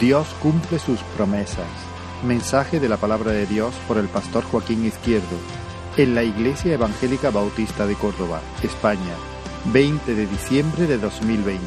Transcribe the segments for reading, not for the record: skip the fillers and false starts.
Dios cumple sus promesas. Mensaje de la palabra de Dios por el pastor Joaquín Izquierdo, en la Iglesia Evangélica Bautista de Córdoba, España, 20 de diciembre de 2020.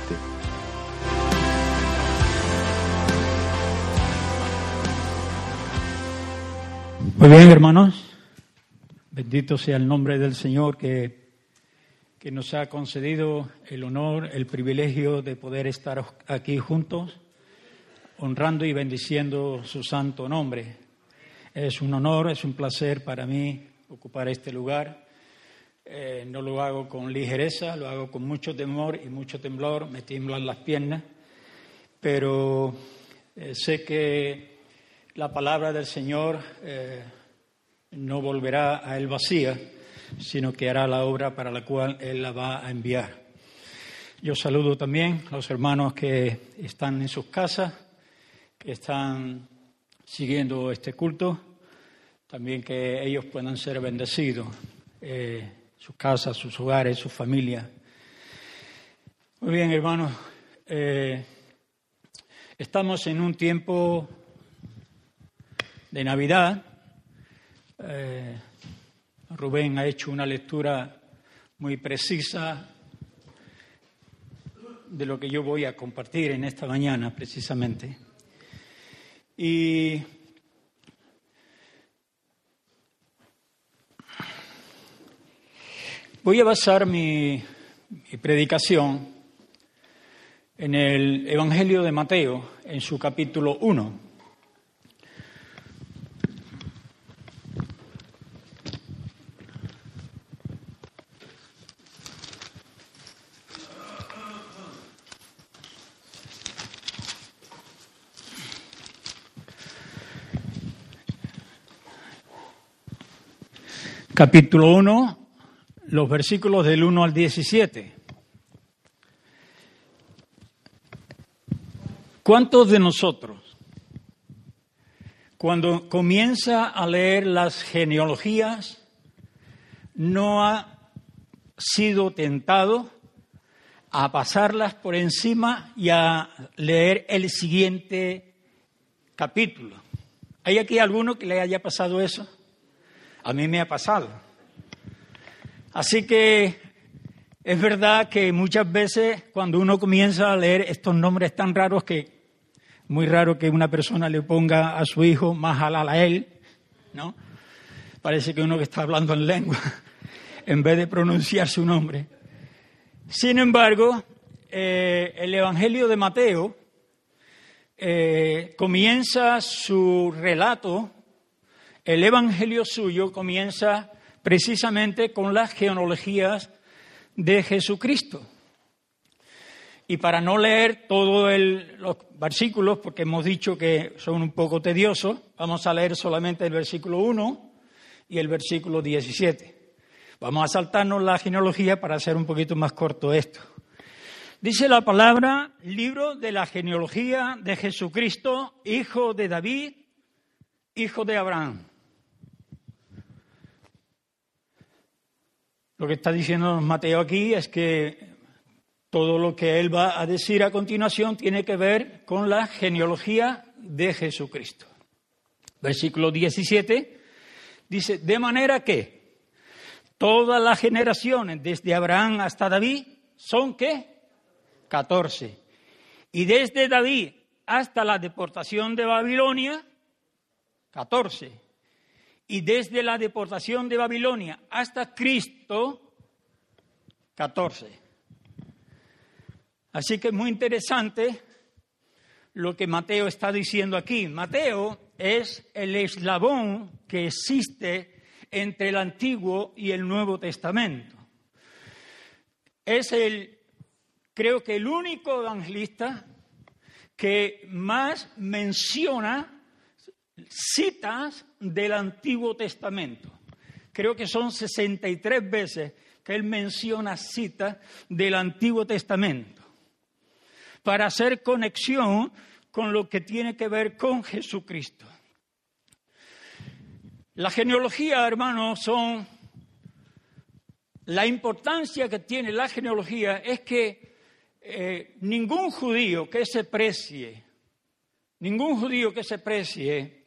Muy bien, hermanos. Bendito sea el nombre del Señor que nos ha concedido el honor, el privilegio de poder estar aquí juntos, honrando y bendiciendo su santo nombre. Es un honor, es un placer para mí ocupar este lugar. No lo hago con ligereza, lo hago con mucho temor y mucho temblor, me tiemblan las piernas, pero sé que la palabra del Señor no volverá a Él vacía, sino que hará la obra para la cual Él la va a enviar. Yo saludo también a los hermanos que están en sus casas, que están siguiendo este culto, también que ellos puedan ser bendecidos, sus casas, sus hogares, sus familias. Muy bien, hermanos, estamos en un tiempo de Navidad. Rubén ha hecho una lectura muy precisa de lo que yo voy a compartir en esta mañana, precisamente. Y voy a basar mi predicación en el Evangelio de Mateo, en su capítulo 1. Capítulo 1, los versículos del 1 al 17. ¿Cuántos de nosotros, cuando comienza a leer las genealogías, no ha sido tentado a pasarlas por encima y a leer el siguiente capítulo? ¿Hay aquí alguno que le haya pasado eso? A mí me ha pasado. Así que es verdad que muchas veces cuando uno comienza a leer estos nombres tan raros, que muy raro que una persona le ponga a su hijo Mahalalael, ¿no? Parece que uno que está hablando en lengua en vez de pronunciar su nombre. Sin embargo, el Evangelio de Mateo comienza su relato. El Evangelio suyo comienza precisamente con las genealogías de Jesucristo. Y para no leer todos los versículos, porque hemos dicho que son un poco tediosos, vamos a leer solamente el versículo 1 y el versículo 17. Vamos a saltarnos la genealogía para hacer un poquito más corto esto. Dice la palabra, libro de la genealogía de Jesucristo, hijo de David, hijo de Abraham. Lo que está diciendo Mateo aquí es que todo lo que él va a decir a continuación tiene que ver con la genealogía de Jesucristo. Versículo 17 dice, de manera que todas las generaciones desde Abraham hasta David son, ¿qué? 14. Y desde David hasta la deportación de Babilonia, 14. Y desde la deportación de Babilonia hasta Cristo, 14. Así que es muy interesante lo que Mateo está diciendo aquí. Mateo es el eslabón que existe entre el Antiguo y el Nuevo Testamento. Es creo que el único evangelista que más menciona citas del Antiguo Testamento. Creo que son 63 veces que él menciona citas del Antiguo Testamento para hacer conexión con lo que tiene que ver con Jesucristo. La genealogía, hermanos, la importancia que tiene la genealogía es que ningún judío que se precie Ningún judío que se precie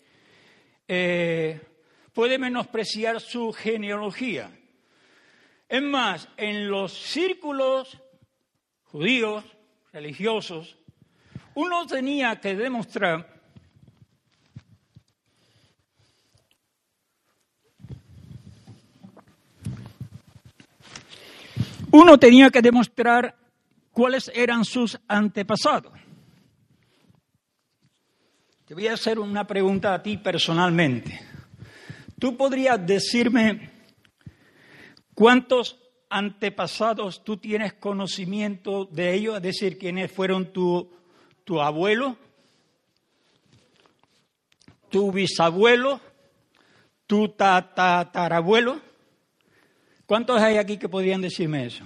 puede menospreciar su genealogía. Es más, en los círculos judíos, religiosos, uno tenía que demostrar cuáles eran sus antepasados. Te voy a hacer una pregunta a ti personalmente. ¿Tú podrías decirme cuántos antepasados tú tienes conocimiento de ellos? Es decir, quiénes fueron tu abuelo, tu bisabuelo, tu tatarabuelo. ¿Cuántos hay aquí que podrían decirme eso?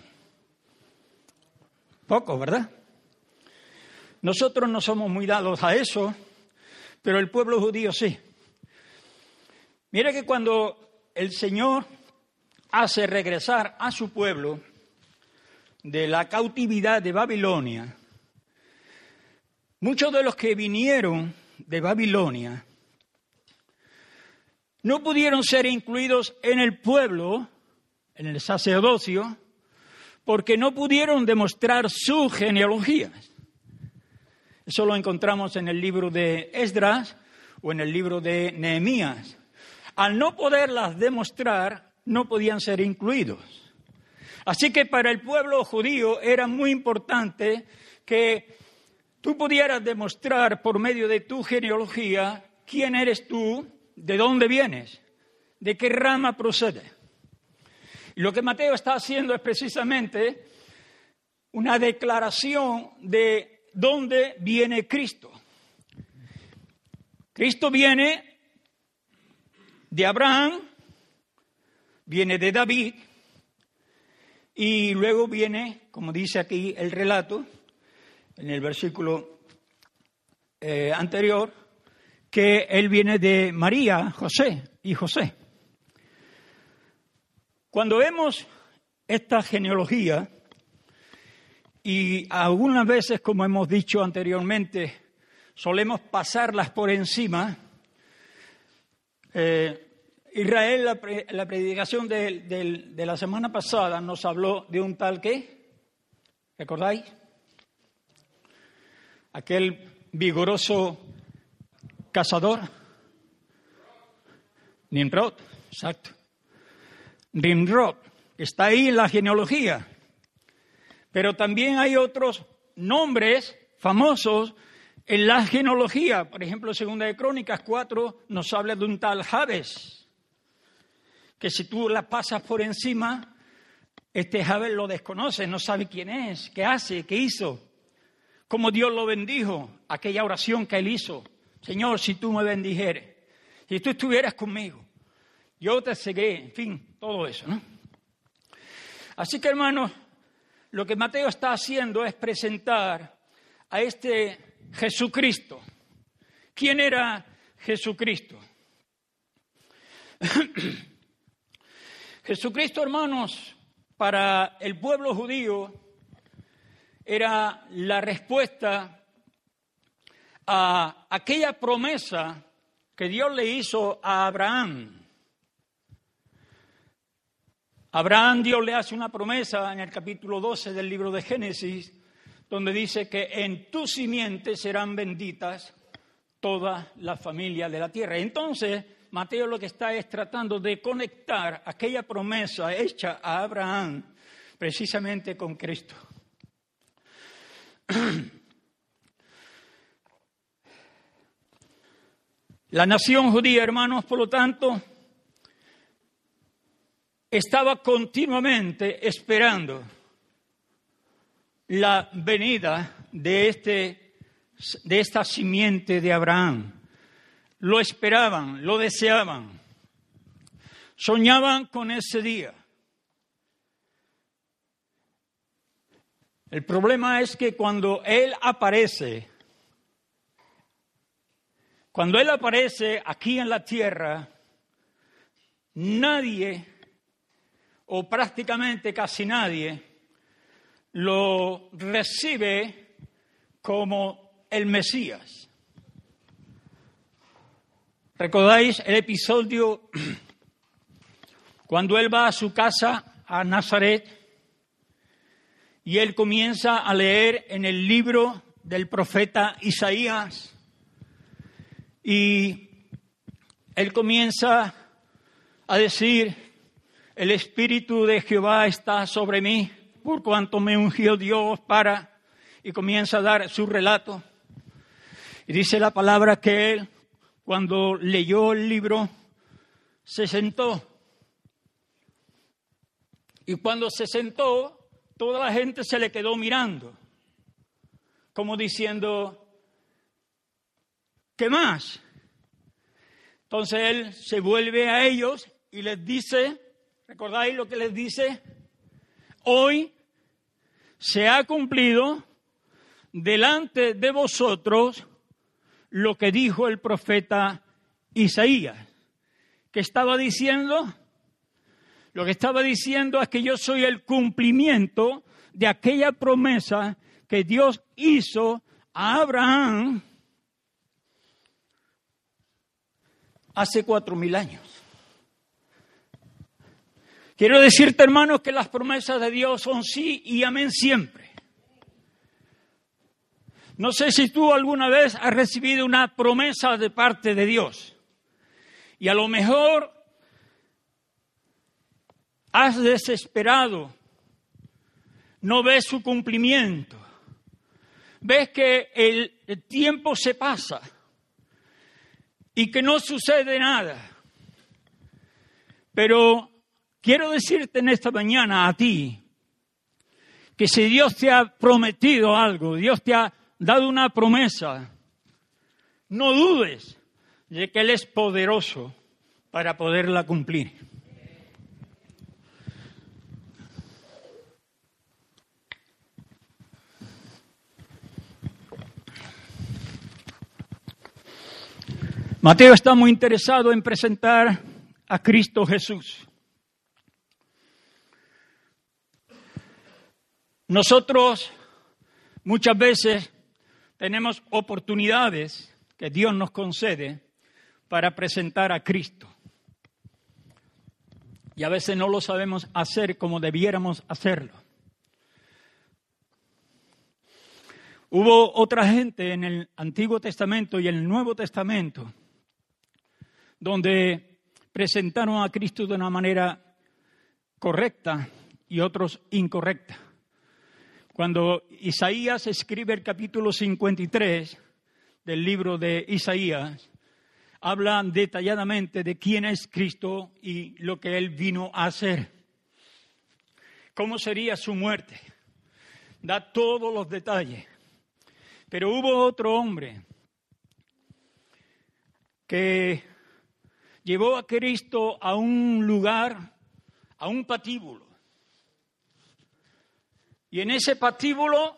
Pocos, ¿verdad? Nosotros no somos muy dados a eso, pero el pueblo judío sí. Mira que cuando el Señor hace regresar a su pueblo de la cautividad de Babilonia, muchos de los que vinieron de Babilonia no pudieron ser incluidos en el pueblo, en el sacerdocio, porque no pudieron demostrar su genealogía. Eso lo encontramos en el libro de Esdras o en el libro de Nehemías. Al no poderlas demostrar, no podían ser incluidos. Así que para el pueblo judío era muy importante que tú pudieras demostrar por medio de tu genealogía quién eres tú, de dónde vienes, de qué rama procedes. Y lo que Mateo está haciendo es precisamente una declaración de dónde viene Cristo. Cristo viene de Abraham, viene de David, y luego viene, como dice aquí el relato, en el versículo anterior, que él viene de María, José y José. Cuando vemos esta genealogía, y algunas veces, como hemos dicho anteriormente, solemos pasarlas por encima, Israel, la predicación de la semana pasada nos habló de un tal ¿qué? ¿Recordáis? Aquel vigoroso cazador. Nimrod, exacto. Nimrod, está ahí en la genealogía. Pero también hay otros nombres famosos en la genealogía. Por ejemplo, Segunda de Crónicas 4 nos habla de un tal Jabes, que si tú la pasas por encima, este Jabes lo desconoce, no sabe quién es, qué hace, qué hizo, cómo Dios lo bendijo, aquella oración que él hizo. Señor, si tú me bendijeres, si tú estuvieras conmigo, yo te seguiré, en fin, todo eso, ¿no? Así que, hermanos, lo que Mateo está haciendo es presentar a este Jesucristo. ¿Quién era Jesucristo? Jesucristo, hermanos, para el pueblo judío era la respuesta a aquella promesa que Dios le hizo a Abraham. Abraham, Dios le hace una promesa en el capítulo 12 del libro de Génesis, donde dice que en tu simiente serán benditas todas las familias de la tierra. Entonces, Mateo lo que está es tratando de conectar aquella promesa hecha a Abraham precisamente con Cristo. La nación judía, hermanos, por lo tanto, estaba continuamente esperando la venida de esta simiente de Abraham. Lo esperaban, lo deseaban, soñaban con ese día. El problema es que cuando Él aparece aquí en la tierra, nadie, o prácticamente casi nadie, lo recibe como el Mesías. ¿Recordáis el episodio cuando él va a su casa, a Nazaret, y él comienza a leer en el libro del profeta Isaías? Y él comienza a decir: el Espíritu de Jehová está sobre mí, por cuanto me ungió Dios para... Y comienza a dar su relato. Y dice la palabra que él, cuando leyó el libro, se sentó. Y cuando se sentó, toda la gente se le quedó mirando, como diciendo: ¿qué más? Entonces él se vuelve a ellos y les dice, ¿recordáis lo que les dice? Hoy se ha cumplido delante de vosotros lo que dijo el profeta Isaías. ¿Qué estaba diciendo? Lo que estaba diciendo es que yo soy el cumplimiento de aquella promesa que Dios hizo a Abraham hace 4.000 años. Quiero decirte, hermanos, que las promesas de Dios son sí y amén siempre. No sé si tú alguna vez has recibido una promesa de parte de Dios y a lo mejor has desesperado, no ves su cumplimiento, ves que el tiempo se pasa y que no sucede nada. Pero quiero decirte en esta mañana a ti que si Dios te ha prometido algo, Dios te ha dado una promesa, no dudes de que Él es poderoso para poderla cumplir. Mateo está muy interesado en presentar a Cristo Jesús. Nosotros muchas veces tenemos oportunidades que Dios nos concede para presentar a Cristo. Y a veces no lo sabemos hacer como debiéramos hacerlo. Hubo otra gente en el Antiguo Testamento y en el Nuevo Testamento donde presentaron a Cristo de una manera correcta y otros incorrecta. Cuando Isaías escribe el capítulo 53 del libro de Isaías, habla detalladamente de quién es Cristo y lo que Él vino a hacer. ¿Cómo sería su muerte? Da todos los detalles. Pero hubo otro hombre que llevó a Cristo a un lugar, a un patíbulo. Y en ese patíbulo,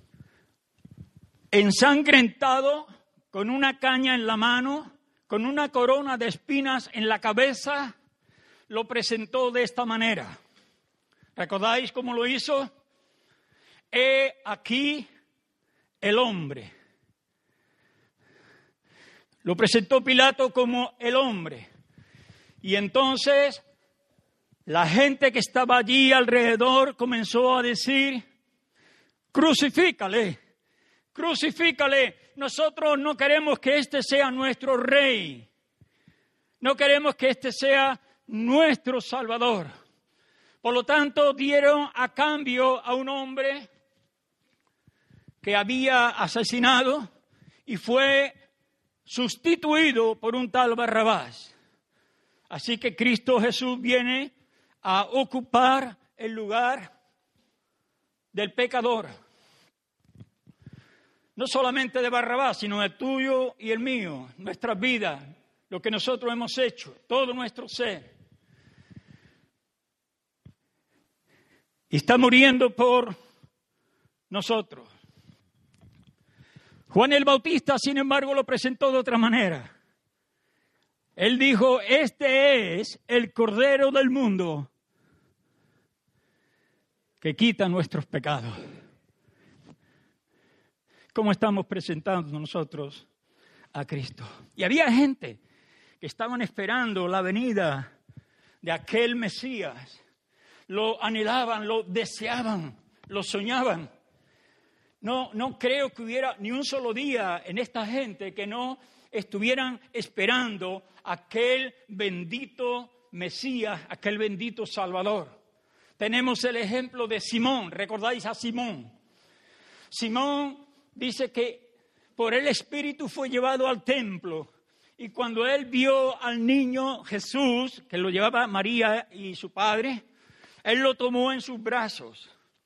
ensangrentado, con una caña en la mano, con una corona de espinas en la cabeza, lo presentó de esta manera. ¿Recordáis cómo lo hizo? He aquí el hombre. Lo presentó Pilato como el hombre. Y entonces la gente que estaba allí alrededor comenzó a decir: crucifícale, crucifícale. Nosotros no queremos que este sea nuestro rey. No queremos que este sea nuestro Salvador. Por lo tanto, dieron a cambio a un hombre que había asesinado y fue sustituido por un tal Barrabás. Así que Cristo Jesús viene a ocupar el lugar del pecador. No solamente de Barrabás, sino el tuyo y el mío, nuestras vidas, lo que nosotros hemos hecho, todo nuestro ser. Y está muriendo por nosotros. Juan el Bautista, sin embargo, lo presentó de otra manera. Él dijo: este es el Cordero del mundo que quita nuestros pecados. ¿Cómo estamos presentando nosotros a Cristo? Y había gente que estaban esperando la venida de aquel Mesías. Lo anhelaban, lo deseaban, lo soñaban. No creo que hubiera ni un solo día en esta gente que no estuvieran esperando aquel bendito Mesías, aquel bendito Salvador. Tenemos el ejemplo de Simón. ¿Recordáis a Simón? Simón dice que por el Espíritu fue llevado al templo. Y cuando él vio al niño Jesús, que lo llevaba María y su padre, él lo tomó en sus brazos.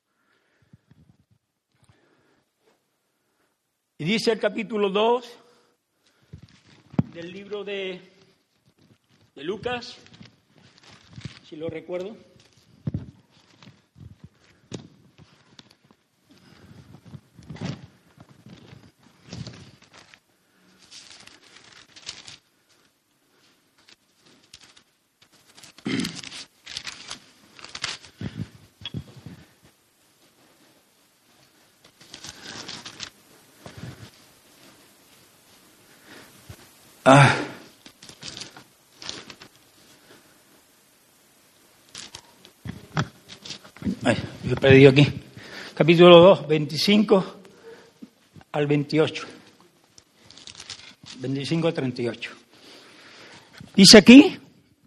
Y dice el capítulo 2 del libro de Lucas, si lo recuerdo. Yo he perdido aquí. Capítulo 2, 25 al 28. 25 al 38. Dice aquí,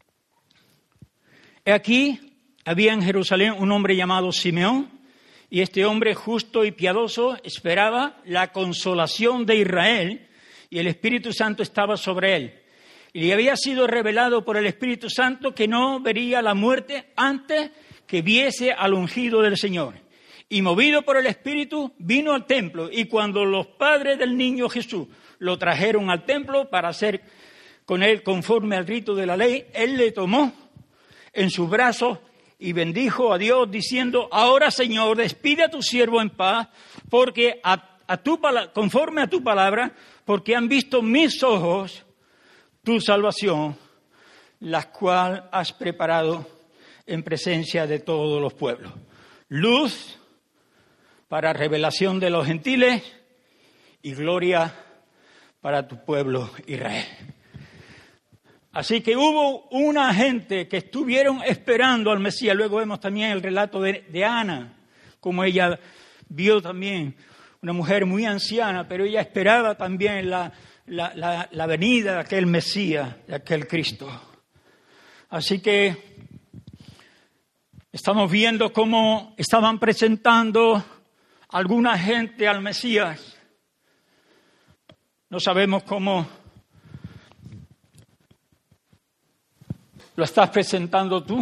aquí había en Jerusalén un hombre llamado Simeón, y este hombre justo y piadoso esperaba la consolación de Israel, y el Espíritu Santo estaba sobre él. Y le había sido revelado por el Espíritu Santo que no vería la muerte antes que viese al ungido del Señor. Y movido por el Espíritu, vino al templo. Y cuando los padres del niño Jesús lo trajeron al templo para hacer con él conforme al rito de la ley, él le tomó en sus brazos y bendijo a Dios diciendo: ahora, Señor, despide a tu siervo en paz, porque conforme a tu palabra, porque han visto mis ojos tu salvación, la cual has preparado en presencia de todos los pueblos. Luz para revelación de los gentiles y gloria para tu pueblo Israel. Así que hubo una gente que estuvieron esperando al Mesías. Luego vemos también el relato de Ana, como ella vio también una mujer muy anciana, pero ella esperaba también la venida de aquel Mesías, de aquel Cristo. Así que estamos viendo cómo estaban presentando alguna gente al Mesías. No sabemos cómo lo estás presentando tú.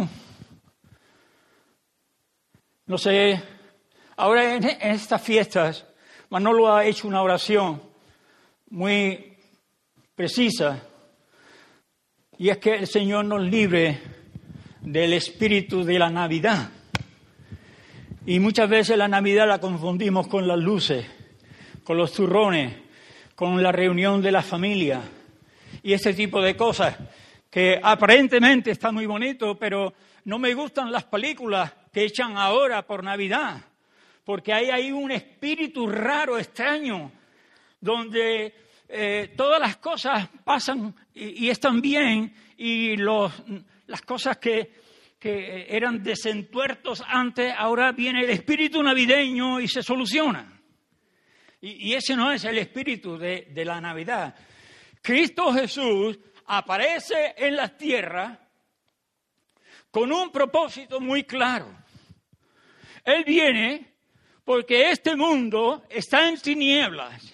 No sé, ahora en estas fiestas Manolo ha hecho una oración muy precisa, y es que el Señor nos libre del espíritu de la Navidad. Y muchas veces la Navidad la confundimos con las luces, con los turrones, con la reunión de la familia y este tipo de cosas que aparentemente está muy bonito, pero no me gustan las películas que echan ahora por Navidad, porque hay ahí un espíritu raro, extraño, donde todas las cosas pasan y están bien, y las cosas que eran desentuertos antes, ahora viene el espíritu navideño y se soluciona. Y ese no es el espíritu de la Navidad. Cristo Jesús aparece en la tierra con un propósito muy claro. Él viene porque este mundo está en tinieblas.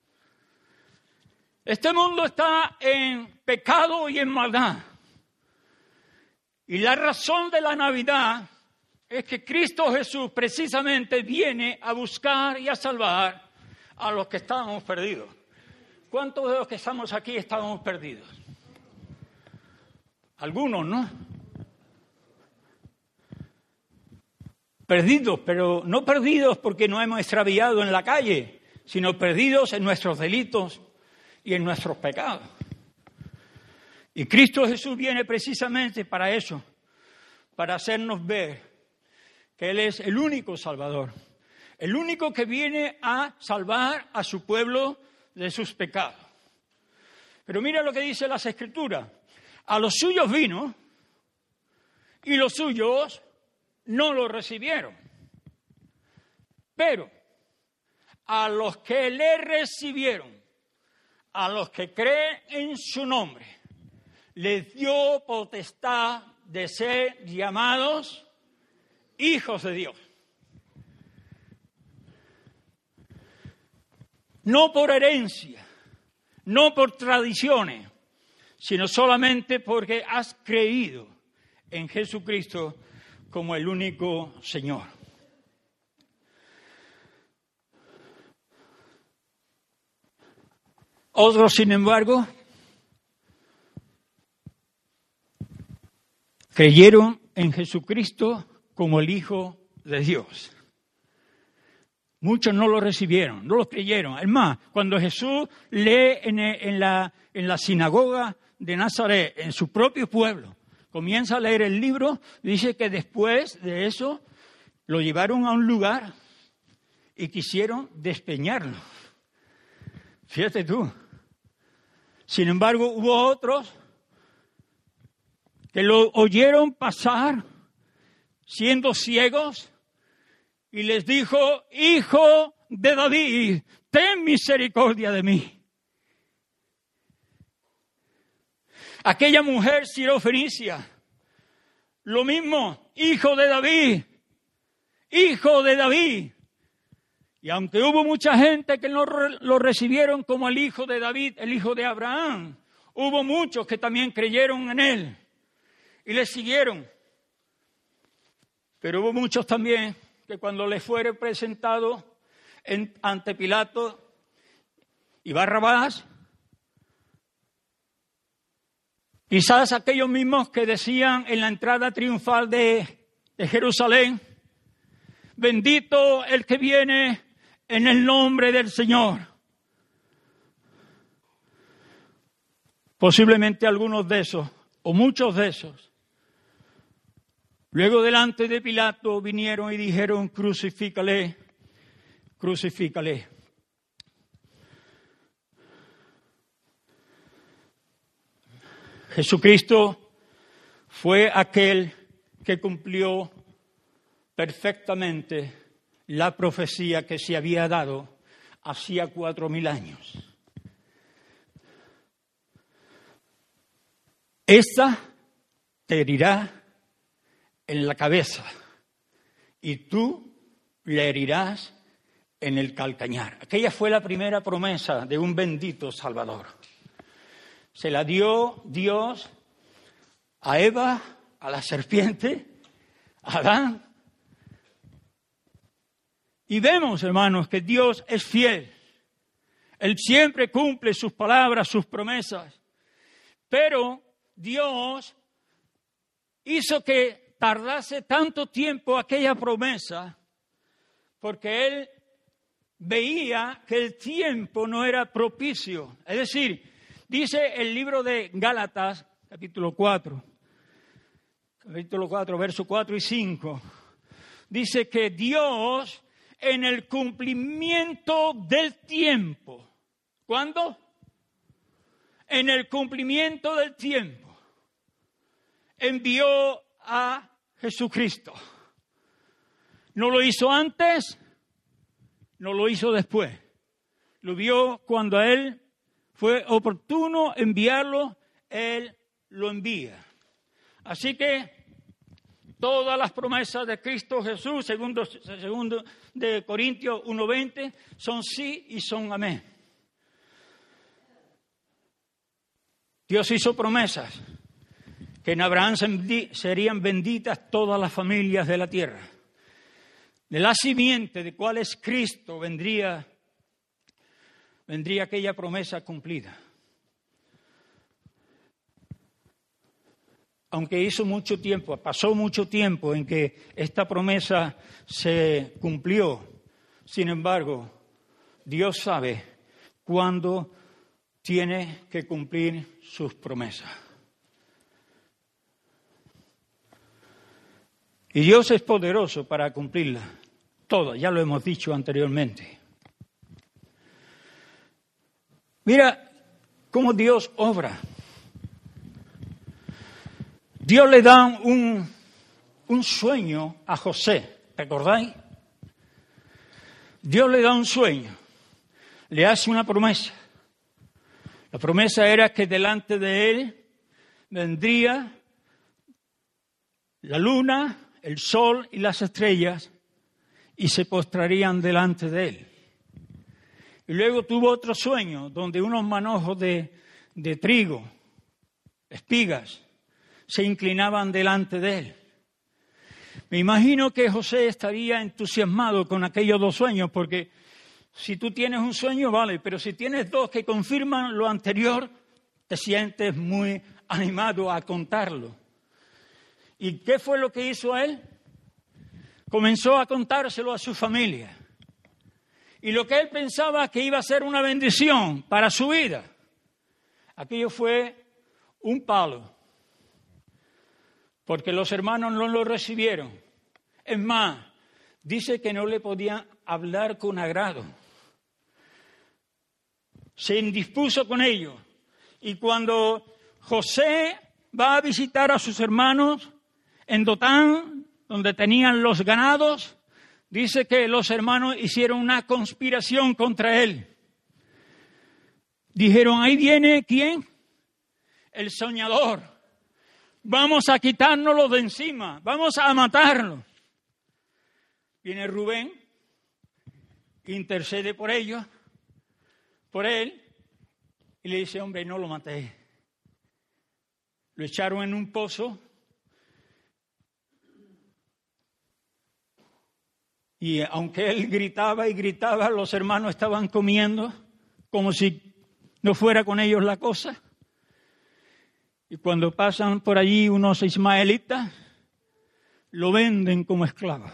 Este mundo está en pecado y en maldad. Y la razón de la Navidad es que Cristo Jesús precisamente viene a buscar y a salvar a los que estábamos perdidos. ¿Cuántos de los que estamos aquí estábamos perdidos? Algunos, ¿no? Perdidos, pero no perdidos porque nos hemos extraviado en la calle, sino perdidos en nuestros delitos y en nuestros pecados. Y Cristo Jesús viene precisamente para eso, para hacernos ver que Él es el único Salvador, el único que viene a salvar a su pueblo de sus pecados. Pero mira lo que dice las Escrituras. A los suyos vino y los suyos no lo recibieron. Pero a los que le recibieron, a los que creen en su nombre, les dio potestad de ser llamados hijos de Dios. No por herencia, no por tradiciones, sino solamente porque has creído en Jesucristo como el único Señor. Otros, sin embargo, creyeron en Jesucristo como el Hijo de Dios. Muchos no lo recibieron, no lo creyeron. Es más, cuando Jesús lee en la sinagoga de Nazaret, en su propio pueblo, comienza a leer el libro, dice que después de eso lo llevaron a un lugar y quisieron despeñarlo. Fíjate tú. Sin embargo, hubo otros que lo oyeron pasar siendo ciegos y les dijo: Hijo de David, ten misericordia de mí. Aquella mujer sirofenicia, lo mismo, hijo de David, hijo de David. Y aunque hubo mucha gente que no lo recibieron como el hijo de David, el hijo de Abraham, hubo muchos que también creyeron en él y le siguieron. Pero hubo muchos también que cuando les fuere presentado ante Pilato y Barrabás, quizás aquellos mismos que decían en la entrada triunfal de Jerusalén: bendito el que viene en el nombre del Señor. Posiblemente algunos de esos, o muchos de esos, luego delante de Pilato vinieron y dijeron: crucifícale, crucifícale. Jesucristo fue aquel que cumplió perfectamente la profecía que se había dado hacía 4.000 años. Esta te herirá en la cabeza y tú le herirás en el calcañar. Aquella fue la primera promesa de un bendito Salvador. Se la dio Dios a Eva, a la serpiente, a Adán. Y vemos, hermanos, que Dios es fiel. Él siempre cumple sus palabras, sus promesas. Pero Dios hizo que tardase tanto tiempo aquella promesa porque Él veía que el tiempo no era propicio. Es decir, dice el libro de Gálatas, capítulo 4, versos 4 y 5, dice que Dios, en el cumplimiento del tiempo, ¿cuándo? En el cumplimiento del tiempo, envió a Jesucristo. No lo hizo antes, no lo hizo después. Lo vio cuando a Él fue oportuno enviarlo, Él lo envía. Así que todas las promesas de Cristo Jesús, segundo de Corintios 1:20, son sí y son amén. Dios hizo promesas que en Abraham serían benditas todas las familias de la tierra. De la simiente de cuál es Cristo vendría aquella promesa cumplida. Aunque pasó mucho tiempo en que esta promesa se cumplió, sin embargo, Dios sabe cuándo tiene que cumplir sus promesas. Y Dios es poderoso para cumplirlas, todas, ya lo hemos dicho anteriormente. Mira cómo Dios obra. Dios le da un sueño a José, ¿recordáis? Dios le da un sueño, le hace una promesa. La promesa era que delante de él vendría la luna, el sol y las estrellas y se postrarían delante de él. Y luego tuvo otro sueño donde unos manojos de trigo, espigas, se inclinaban delante de él. Me imagino que José estaría entusiasmado con aquellos dos sueños, porque si tú tienes un sueño, vale, pero si tienes dos que confirman lo anterior, te sientes muy animado a contarlo. ¿Y qué fue lo que hizo él? Comenzó a contárselo a su familia. Y lo que él pensaba que iba a ser una bendición para su vida, aquello fue un palo. Porque los hermanos no lo recibieron. Es más, dice que no le podían hablar con agrado. Se indispuso con ellos. Y cuando José va a visitar a sus hermanos en Dotán, donde tenían los ganados, dice que los hermanos hicieron una conspiración contra él. Dijeron, ahí viene, ¿quién? El soñador. Vamos a quitárnoslo de encima, vamos a matarlo. Viene Rubén, intercede por ellos, por él, y le dice, hombre, no lo maté. Lo echaron en un pozo y aunque él gritaba y gritaba, los hermanos estaban comiendo como si no fuera con ellos la cosa. Y cuando pasan por allí unos ismaelitas, lo venden como esclavo.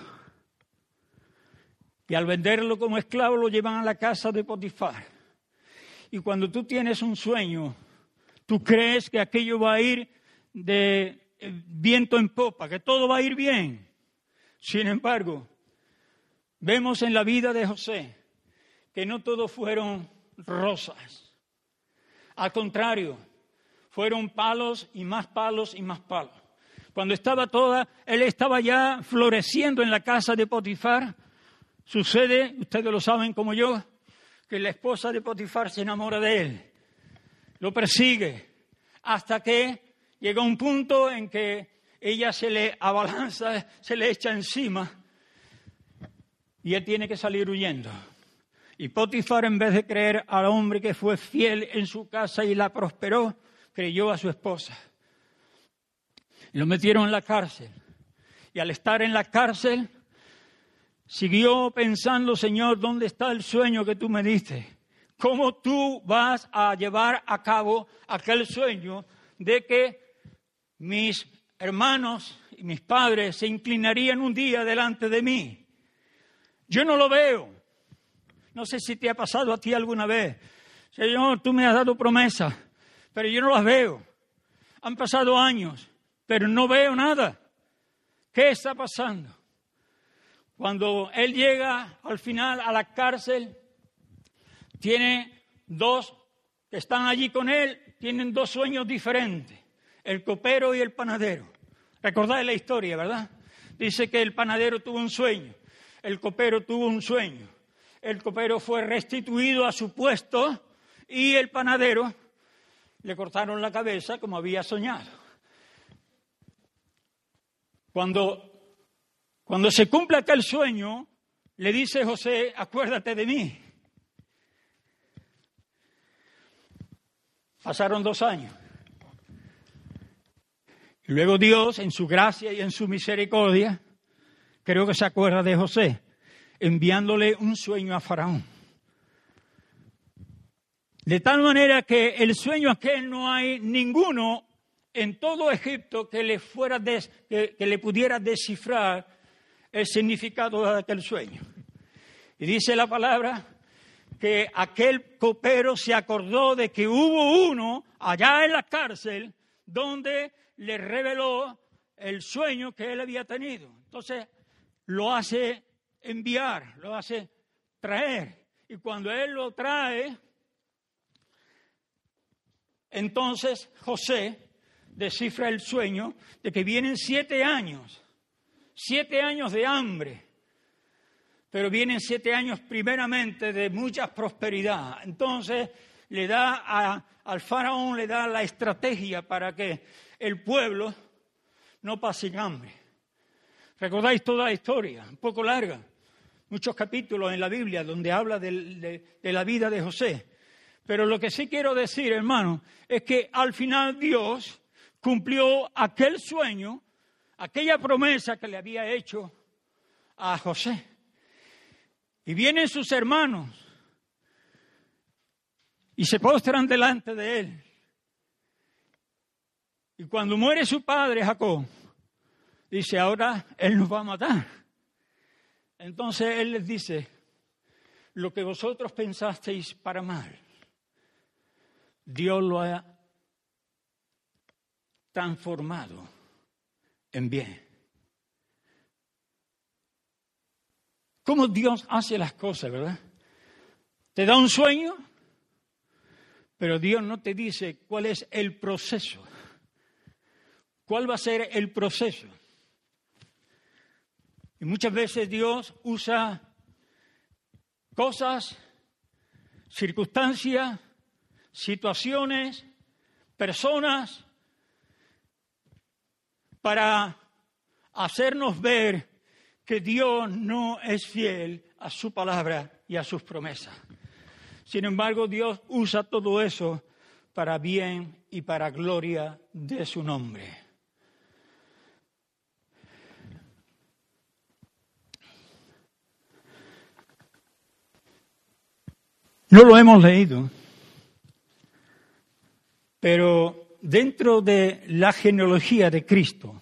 Y al venderlo como esclavo lo llevan a la casa de Potifar. Y cuando tú tienes un sueño, tú crees que aquello va a ir de viento en popa, que todo va a ir bien. Sin embargo, vemos en la vida de José que no todo fueron rosas. Al contrario, fueron palos y más palos y más palos. Cuando él estaba ya floreciendo en la casa de Potifar, sucede, ustedes lo saben como yo, que la esposa de Potifar se enamora de él, lo persigue, hasta que llega un punto en que ella se le abalanza, se le echa encima, y él tiene que salir huyendo. Y Potifar, en vez de creer al hombre que fue fiel en su casa y la prosperó, creyó a su esposa. Lo metieron en la cárcel. Y al estar en la cárcel, siguió pensando, Señor, ¿dónde está el sueño que tú me diste? ¿Cómo tú vas a llevar a cabo aquel sueño de que mis hermanos y mis padres se inclinarían un día delante de mí? Yo no lo veo. No sé si te ha pasado a ti alguna vez. Señor, tú me has dado promesas, pero yo no las veo. Han pasado años, pero no veo nada. ¿Qué está pasando? Cuando él llega al final a la cárcel, tiene dos que están allí con él, tienen dos sueños diferentes, el copero y el panadero. Recordáis la historia, ¿verdad? Dice que el panadero tuvo un sueño, el copero tuvo un sueño. El copero fue restituido a su puesto y el panadero le cortaron la cabeza como había soñado. Cuando se cumple aquel sueño, le dice José, acuérdate de mí. Pasaron 2 años. Y luego Dios, en su gracia y en su misericordia, creo que se acuerda de José, enviándole un sueño a Faraón. De tal manera que el sueño aquel no hay ninguno en todo Egipto que le pudiera descifrar el significado de aquel sueño. Y dice la palabra que aquel copero se acordó de que hubo uno allá en la cárcel donde le reveló el sueño que él había tenido. Entonces lo hace enviar, lo hace traer. Y cuando él lo trae, entonces José descifra el sueño de que vienen 7 años de hambre, pero vienen 7 años primeramente de mucha prosperidad. Entonces le da al faraón le da la estrategia para que el pueblo no pase hambre. ¿Recordáis toda la historia? Un poco larga, muchos capítulos en la Biblia donde habla de la vida de José. Pero lo que sí quiero decir, hermano, es que al final Dios cumplió aquel sueño, aquella promesa que le había hecho a José. Y vienen sus hermanos y se postran delante de él. Y cuando muere su padre, Jacob, dice, ahora él nos va a matar. Entonces él les dice, lo que vosotros pensasteis para mal, Dios lo ha transformado en bien. ¿Cómo Dios hace las cosas, verdad? Te da un sueño, pero Dios no te dice cuál es el proceso. ¿Cuál va a ser el proceso? Y muchas veces Dios usa cosas, circunstancias, situaciones, personas, para hacernos ver que Dios no es fiel a su palabra y a sus promesas. Sin embargo, Dios usa todo eso para bien y para gloria de su nombre. No lo hemos leído, pero dentro de la genealogía de Cristo,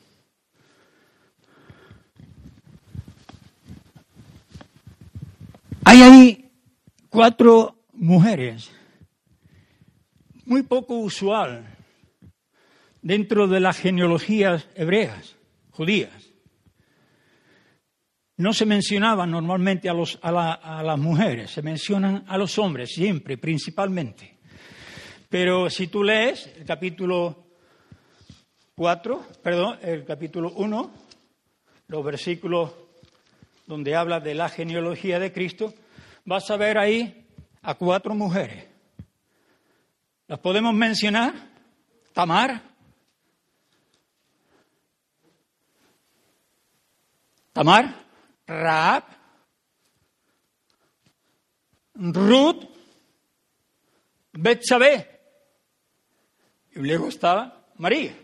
hay ahí 4 mujeres, muy poco usual dentro de las genealogías hebreas, judías. No se mencionaban normalmente a las mujeres, se mencionan a los hombres siempre, principalmente. Pero si tú lees el capítulo 1, los versículos donde habla de la genealogía de Cristo, vas a ver ahí a 4 mujeres. ¿Las podemos mencionar? Tamar, Rahab, Ruth, Betsabé, y luego estaba María.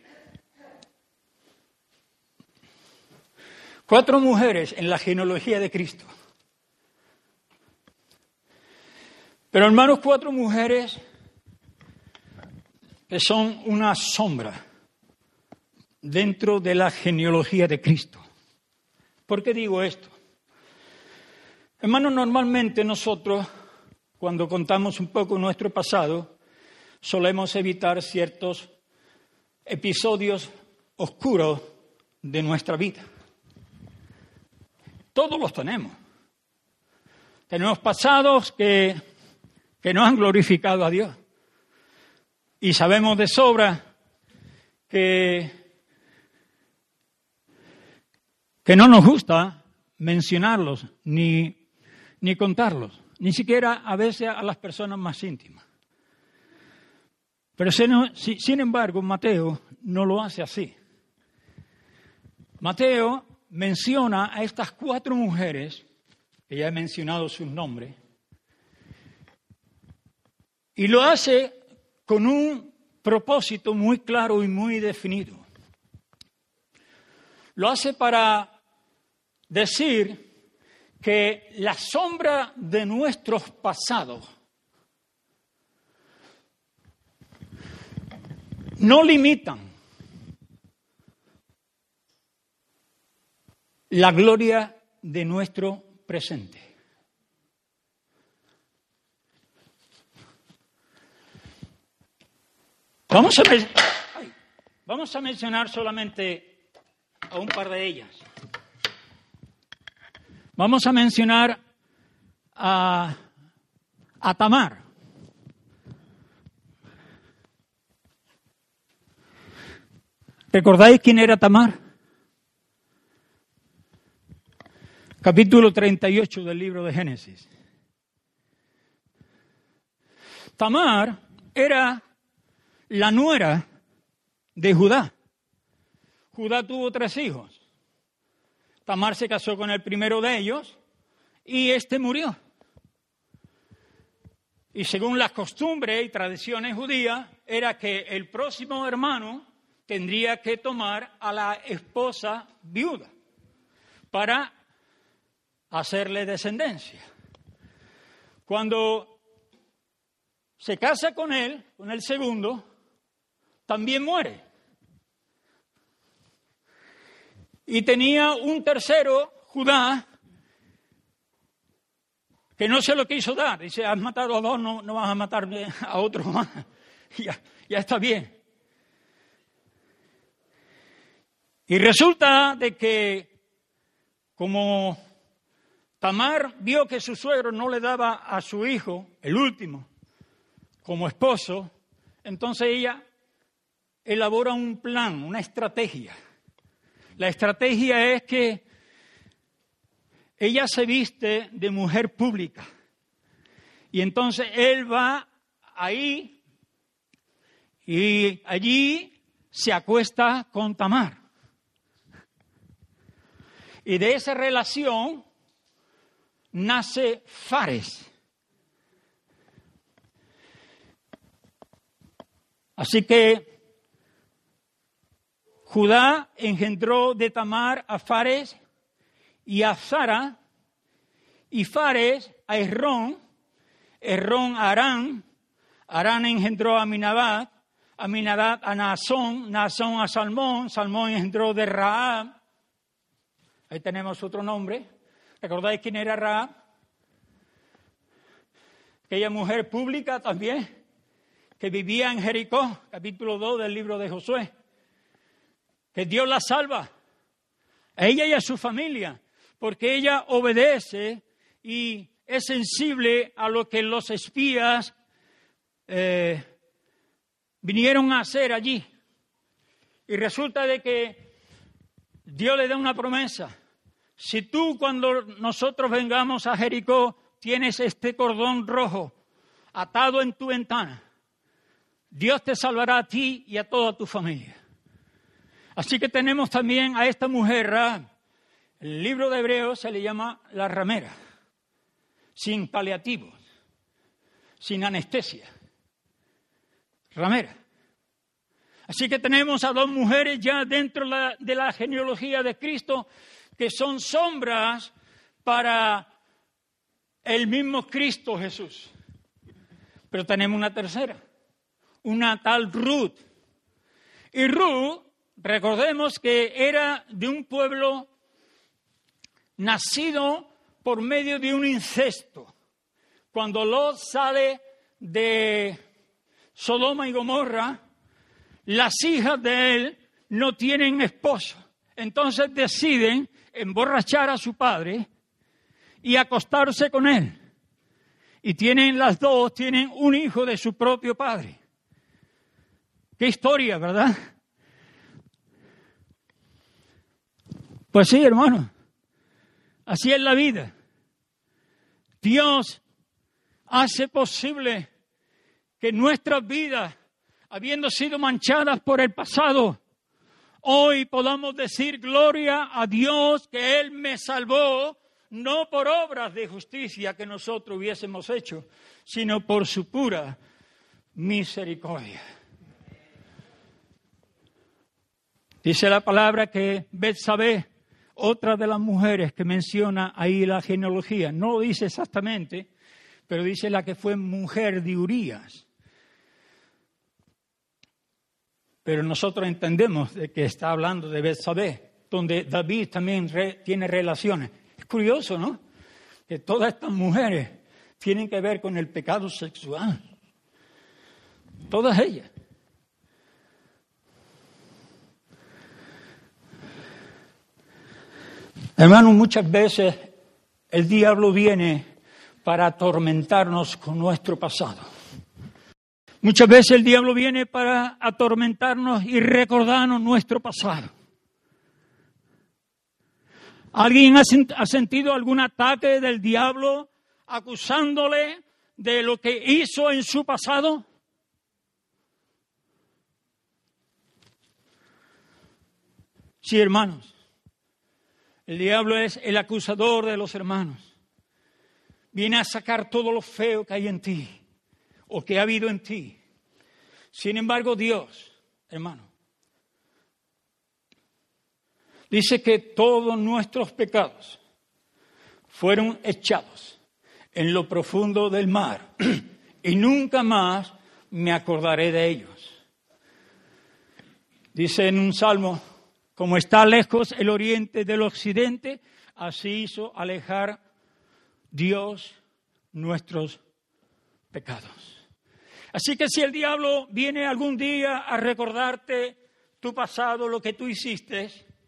4 mujeres en la genealogía de Cristo. Pero hermanos, 4 mujeres que son una sombra dentro de la genealogía de Cristo. ¿Por qué digo esto? Hermanos, normalmente nosotros, cuando contamos un poco nuestro pasado, solemos evitar ciertos episodios oscuros de nuestra vida. Todos los tenemos. Tenemos pasados que no han glorificado a Dios. Y sabemos de sobra que no nos gusta mencionarlos ni contarlos, ni siquiera a veces a las personas más íntimas. Pero sin embargo, Mateo no lo hace así. Mateo menciona a estas 4 mujeres, que ya he mencionado sus nombres, y lo hace con un propósito muy claro y muy definido. Lo hace para decir que la sombra de nuestros pasados no limitan la gloria de nuestro presente. Vamos a mencionar solamente a un par de ellas. Vamos a mencionar a Tamar. ¿Recordáis quién era Tamar? Capítulo 38 del libro de Génesis. Tamar era la nuera de Judá. Judá tuvo 3 hijos. Tamar se casó con el primero de ellos y este murió. Y según las costumbres y tradiciones judías, era que el próximo hermano tendría que tomar a la esposa viuda para hacerle descendencia. Cuando se casa con él, con el segundo, también muere. Y tenía un tercero, Judá, que no se lo quiso dar. Dice, has matado a 2, no vas a matar a otro más. Ya está bien. Y resulta de que, como Tamar vio que su suegro no le daba a su hijo, el último, como esposo, entonces ella elabora un plan, una estrategia. La estrategia es que ella se viste de mujer pública y entonces él va ahí y allí se acuesta con Tamar. Y de esa relación nace Fares. Así que Judá engendró de Tamar a Fares y a Zara, y Fares a Esrón, Esrón a Arán, Arán engendró a Aminadab, Aminadab a Naasón, Naasón a Salmón, Salmón engendró de Rahab. Ahí tenemos otro nombre. ¿Recordáis quién era Rahab? Aquella mujer pública también, que vivía en Jericó, capítulo 2 del libro de Josué. Que Dios la salva, a ella y a su familia, porque ella obedece y es sensible a lo que los espías vinieron a hacer allí. Y resulta de que Dios le da una promesa. Si tú, cuando nosotros vengamos a Jericó, tienes este cordón rojo atado en tu ventana, Dios te salvará a ti y a toda tu familia. Así que tenemos también a esta mujer, Rahab. El libro de Hebreos se le llama la ramera, sin paliativos, sin anestesia. Ramera. Así que tenemos a 2 mujeres ya dentro de la genealogía de Cristo que son sombras para el mismo Cristo Jesús. Pero tenemos una tercera, una tal Ruth. Y Ruth, recordemos que era de un pueblo nacido por medio de un incesto. Cuando Lot sale de Sodoma y Gomorra, las hijas de él no tienen esposo. Entonces deciden emborrachar a su padre y acostarse con él. Y las 2 tienen un hijo de su propio padre. Qué historia, ¿verdad? Pues sí, hermano. Así es la vida. Dios hace posible que nuestras vidas, habiendo sido manchadas por el pasado, hoy podamos decir gloria a Dios que Él me salvó, no por obras de justicia que nosotros hubiésemos hecho, sino por su pura misericordia. Dice la palabra que Betsabé, otra de las mujeres que menciona ahí la genealogía, no lo dice exactamente, pero dice la que fue mujer de Urías. Pero nosotros entendemos de que está hablando de Betsabé, donde David también tiene relaciones. Es curioso, ¿no? Que todas estas mujeres tienen que ver con el pecado sexual. Todas ellas. Hermanos, muchas veces el diablo viene para atormentarnos con nuestro pasado, Muchas veces el diablo viene para atormentarnos y recordarnos nuestro pasado. ¿Alguien ha sentido algún ataque del diablo acusándole de lo que hizo en su pasado? Sí, hermanos. El diablo es el acusador de los hermanos. Viene a sacar todo lo feo que hay en ti o que ha habido en ti. Sin embargo, Dios, hermano, dice que todos nuestros pecados fueron echados en lo profundo del mar y nunca más me acordaré de ellos. Dice en un salmo, como está lejos el oriente del occidente, así hizo alejar Dios nuestros pecados. Así que si el diablo viene algún día a recordarte tu pasado, lo que tú hiciste,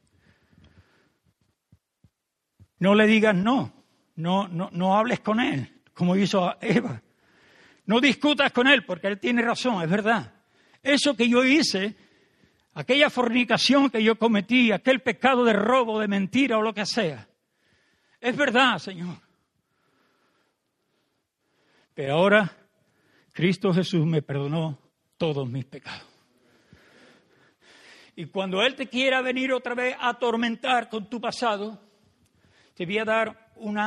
no le digas no hables con él, como hizo Eva. No discutas con él, porque él tiene razón, es verdad. Eso que yo hice, aquella fornicación que yo cometí, aquel pecado de robo, de mentira o lo que sea, es verdad, Señor. Pero ahora Cristo Jesús me perdonó todos mis pecados. Y cuando Él te quiera venir otra vez a atormentar con tu pasado, te voy a dar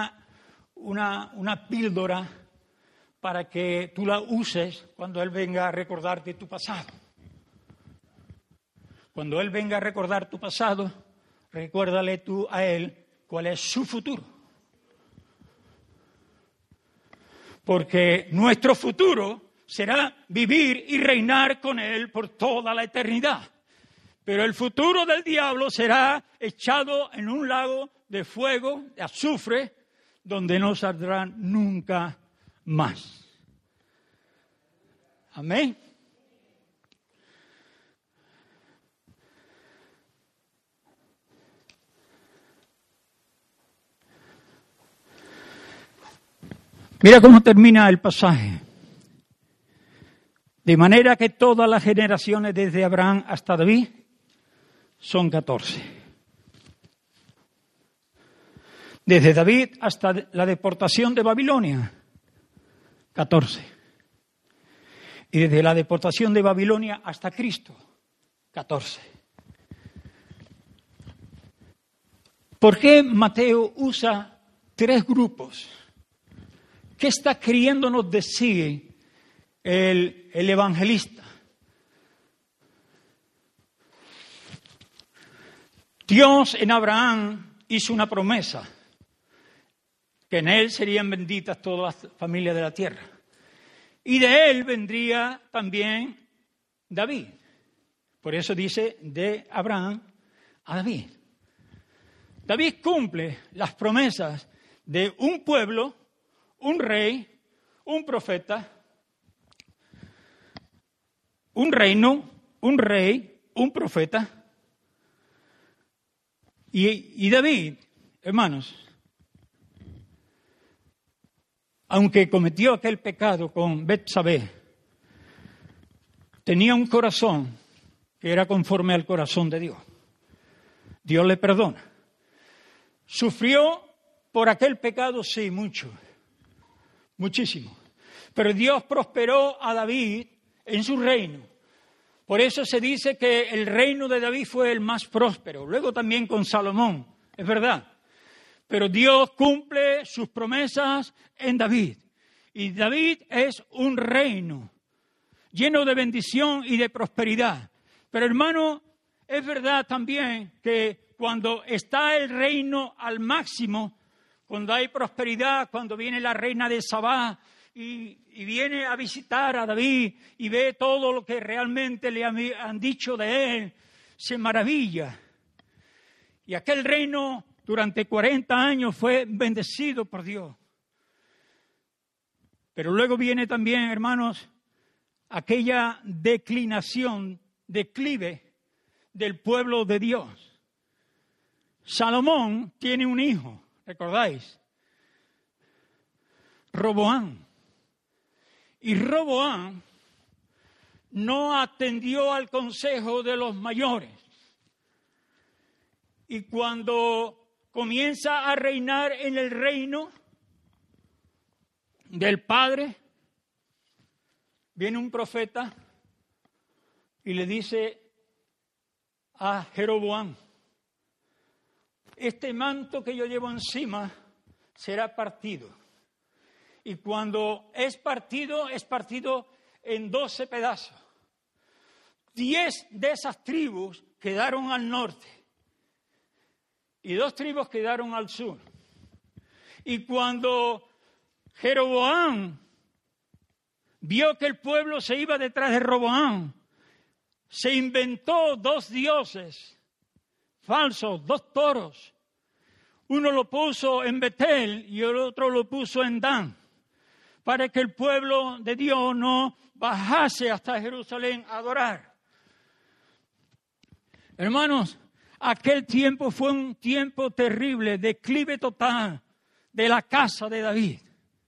una píldora para que tú la uses cuando Él venga a recordarte tu pasado. Cuando Él venga a recordar tu pasado, recuérdale tú a Él cuál es su futuro. Porque nuestro futuro será vivir y reinar con Él por toda la eternidad. Pero el futuro del diablo será echado en un lago de fuego, de azufre, donde no saldrán nunca más. Amén. Mira cómo termina el pasaje. De manera que todas las generaciones desde Abraham hasta David son 14. Desde David hasta la deportación de Babilonia, 14. Y desde la deportación de Babilonia hasta Cristo, 14. ¿Por qué Mateo usa 3 grupos? ¿Qué está queriéndonos decir el evangelista? Dios en Abraham hizo una promesa, que en él serían benditas todas las familias de la tierra. Y de él vendría también David. Por eso dice de Abraham a David. David cumple las promesas de un pueblo, un rey, un profeta, un reino, un rey, un profeta. Y David, hermanos, aunque cometió aquel pecado con Betsabé, tenía un corazón que era conforme al corazón de Dios. Dios le perdona. Sufrió por aquel pecado, sí, muchísimo. Pero Dios prosperó a David en su reino. Por eso se dice que el reino de David fue el más próspero. Luego también con Salomón, es verdad. Pero Dios cumple sus promesas en David. Y David es un reino lleno de bendición y de prosperidad. Pero hermano, es verdad también que cuando está el reino al máximo, cuando hay prosperidad, cuando viene la reina de Sabá y viene a visitar a David y ve todo lo que realmente le han dicho de él, se maravilla. Y aquel reino durante 40 años fue bendecido por Dios. Pero luego viene también, hermanos, aquella declive del pueblo de Dios. Salomón tiene un hijo, ¿recordáis? Roboam. Y Roboam no atendió al consejo de los mayores. Y cuando comienza a reinar en el reino del Padre, viene un profeta y le dice a Jeroboam: este manto que yo llevo encima será partido. Y cuando es partido en 12 pedazos. 10 de esas tribus quedaron al norte y 2 tribus quedaron al sur. Y cuando Jeroboam vio que el pueblo se iba detrás de Roboam, se inventó 2 dioses falsos, 2 toros. Uno lo puso en Betel y el otro lo puso en Dan, para que el pueblo de Dios no bajase hasta Jerusalén a adorar. Hermanos, aquel tiempo fue un tiempo terrible, declive total de la casa de David.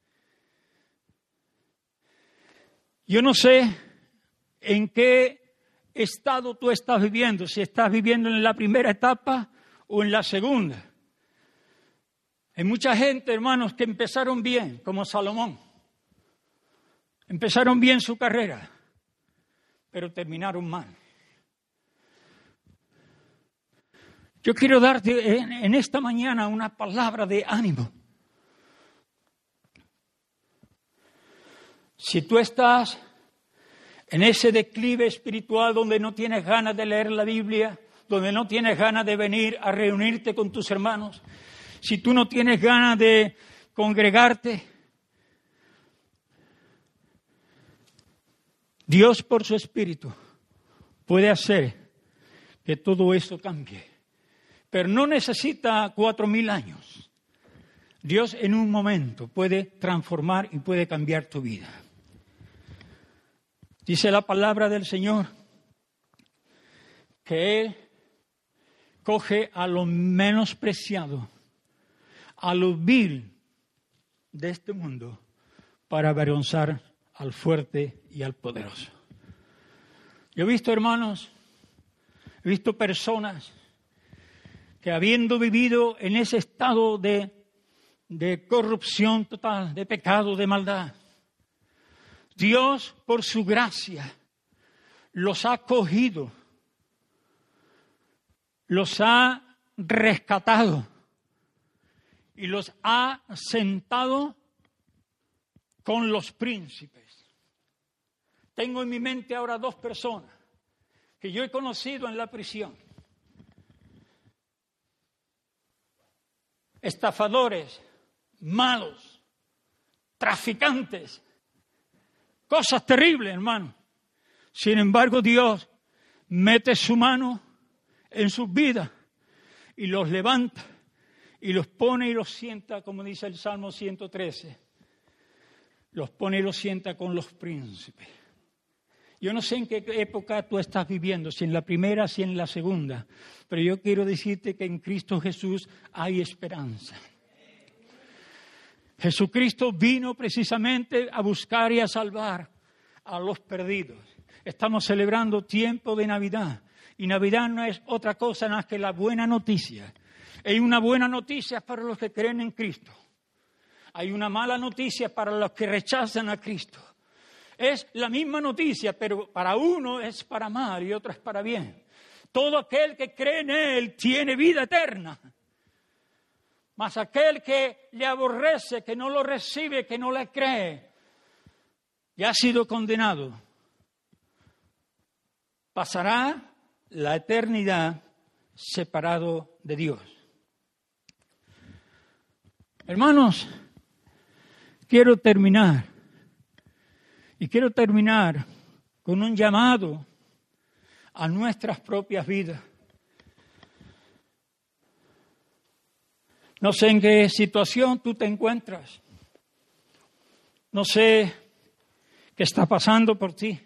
Yo no sé en qué estado tú estás viviendo, si estás viviendo en la primera etapa o en la segunda. Hay mucha gente, hermanos, que empezaron bien, como Salomón. Empezaron bien su carrera, pero terminaron mal. Yo quiero darte en esta mañana una palabra de ánimo. Si tú estás en ese declive espiritual donde no tienes ganas de leer la Biblia, donde no tienes ganas de venir a reunirte con tus hermanos, si tú no tienes ganas de congregarte, Dios por su Espíritu puede hacer que todo eso cambie. Pero no necesita 4,000 años. Dios en un momento puede transformar y puede cambiar tu vida. Dice la palabra del Señor que Él coge a lo menospreciado, a lo vil de este mundo, para avergonzar al fuerte y al poderoso. Yo he visto, hermanos, he visto personas que habiendo vivido en ese estado de corrupción total, de pecado, de maldad, Dios, por su gracia, los ha cogido, los ha rescatado y los ha sentado con los príncipes. Tengo en mi mente ahora 2 personas que yo he conocido en la prisión. Estafadores, malos, traficantes, cosas terribles, hermano. Sin embargo, Dios mete su mano en sus vidas y los levanta y los pone y los sienta, como dice el Salmo 113. Los pone y los sienta con los príncipes. Yo no sé en qué época tú estás viviendo, si en la primera, si en la segunda, pero yo quiero decirte que en Cristo Jesús hay esperanza. Jesucristo vino precisamente a buscar y a salvar a los perdidos. Estamos celebrando tiempo de Navidad y Navidad no es otra cosa más que la buena noticia. Hay una buena noticia para los que creen en Cristo. Hay una mala noticia para los que rechazan a Cristo. Es la misma noticia, pero para uno es para mal y otro es para bien. Todo aquel que cree en Él tiene vida eterna. Mas aquel que le aborrece, que no lo recibe, que no le cree, ya ha sido condenado. Pasará la eternidad separado de Dios. Hermanos, quiero terminar con un llamado a nuestras propias vidas. No sé en qué situación tú te encuentras. No sé qué está pasando por ti.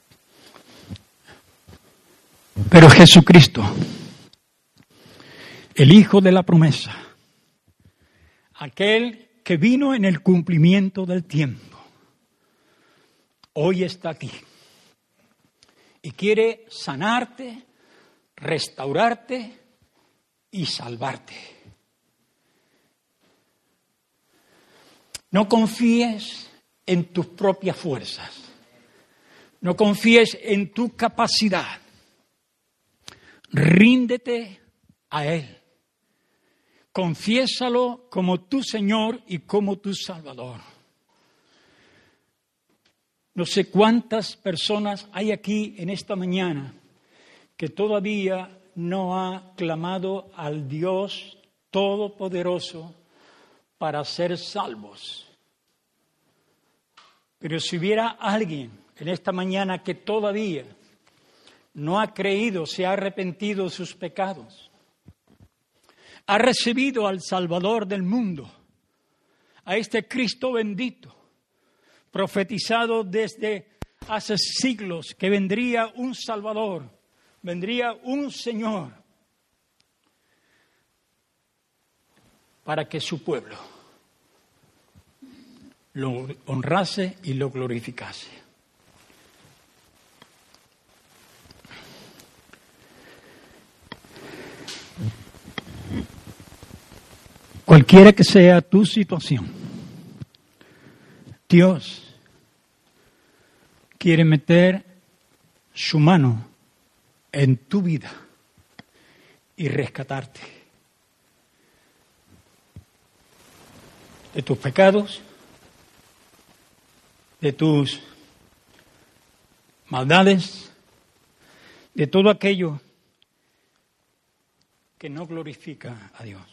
Pero Jesucristo el Hijo de la promesa, aquel que vino en el cumplimiento del tiempo, hoy está aquí y quiere sanarte, restaurarte y salvarte. No confíes en tus propias fuerzas, no confíes en tu capacidad, ríndete a Él. Confiésalo como tu Señor y como tu Salvador. No sé cuántas personas hay aquí en esta mañana que todavía no ha clamado al Dios Todopoderoso para ser salvos. Pero si hubiera alguien en esta mañana que todavía no ha creído, se ha arrepentido de sus pecados, ha recibido al Salvador del mundo, a este Cristo bendito, profetizado desde hace siglos que vendría un Salvador, vendría un Señor para que su pueblo lo honrase y lo glorificase. Cualquiera que sea tu situación, Dios quiere meter su mano en tu vida y rescatarte de tus pecados, de tus maldades, de todo aquello que no glorifica a Dios.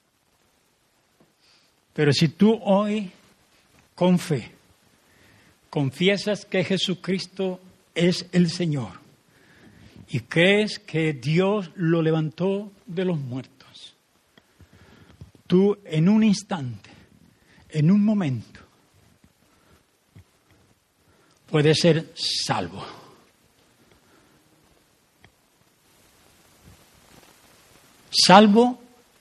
Pero si tú hoy, con fe, confiesas que Jesucristo es el Señor y crees que Dios lo levantó de los muertos, tú en un instante, en un momento, puedes ser salvo. Salvo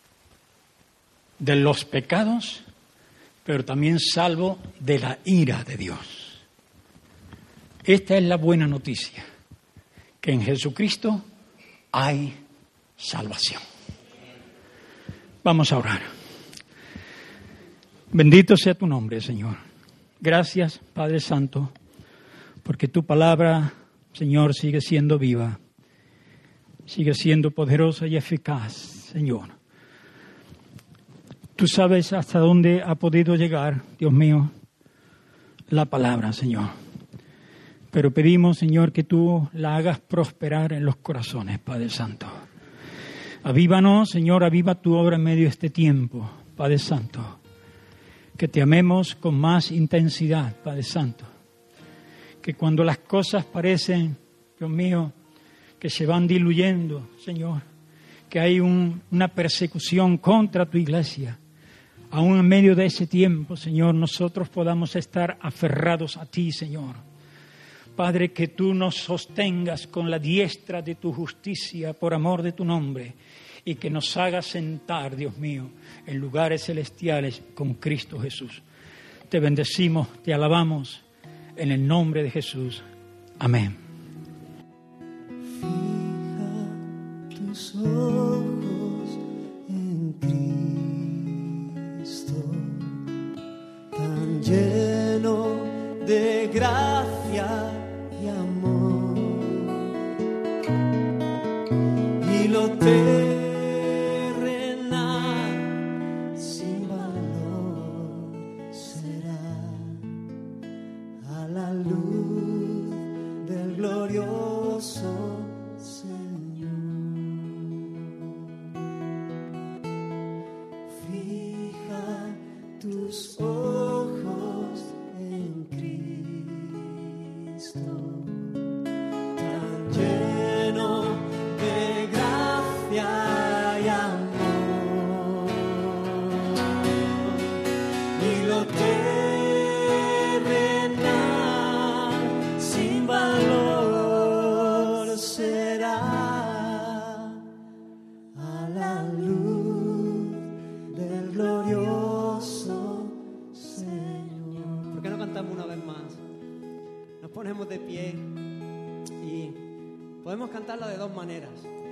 de los pecados, pero también salvo de la ira de Dios. Esta es la buena noticia, que en Jesucristo hay salvación. Vamos a orar. Bendito sea tu nombre, Señor. Gracias, Padre Santo, porque tu palabra, Señor, sigue siendo viva, sigue siendo poderosa y eficaz, Señor. Tú sabes hasta dónde ha podido llegar, Dios mío, la palabra, Señor. Pero pedimos, Señor, que tú la hagas prosperar en los corazones, Padre Santo. Avívanos, Señor, aviva tu obra en medio de este tiempo, Padre Santo. Que te amemos con más intensidad, Padre Santo. Que cuando las cosas parecen, Dios mío, que se van diluyendo, Señor, que hay una persecución contra tu iglesia, aún en medio de ese tiempo, Señor, nosotros podamos estar aferrados a ti, Señor. Padre, que tú nos sostengas con la diestra de tu justicia por amor de tu nombre y que nos hagas sentar, Dios mío, en lugares celestiales con Cristo Jesús. Te bendecimos, te alabamos en el nombre de Jesús. Amén. Fija tus ojos en Cristo, tan lleno de gracia y amor, y lo terrenal sin valor será a la luz del glorioso Señor. Fija tus ojos en Cristo, tan lleno de gracia y amor, y lo terrenal sin valor Nos ponemos de pie y podemos cantarla de dos maneras.